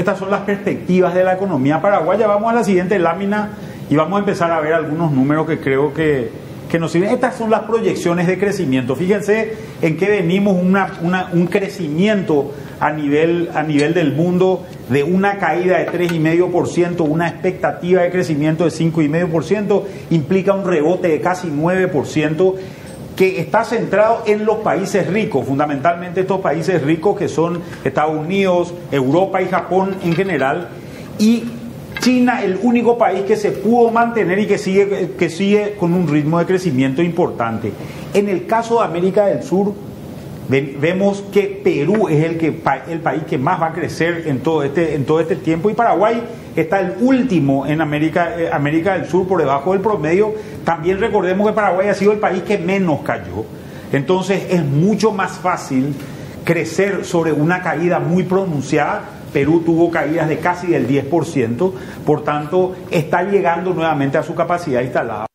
estas son las perspectivas de la economía paraguaya. Vamos a la siguiente lámina y vamos a empezar a ver algunos números que creo que nos sirven. Estas son las proyecciones de crecimiento. Fíjense en que venimos un crecimiento a nivel del mundo de una caída de 3,5%, una expectativa de crecimiento de 5,5%, implica un rebote de casi 9%, que está centrado en los países ricos, fundamentalmente estos países ricos que son Estados Unidos, Europa y Japón en general, y China, el único país que se pudo mantener y que sigue con un ritmo de crecimiento importante. En el caso de América del Sur, vemos que Perú es el país que más va a crecer en todo este tiempo, y Paraguay está el último en América del Sur, por debajo del promedio. También recordemos que Paraguay ha sido el país que menos cayó. Entonces es mucho más fácil crecer sobre una caída muy pronunciada. Perú tuvo caídas de casi del 10%, por tanto está llegando nuevamente a su capacidad instalada.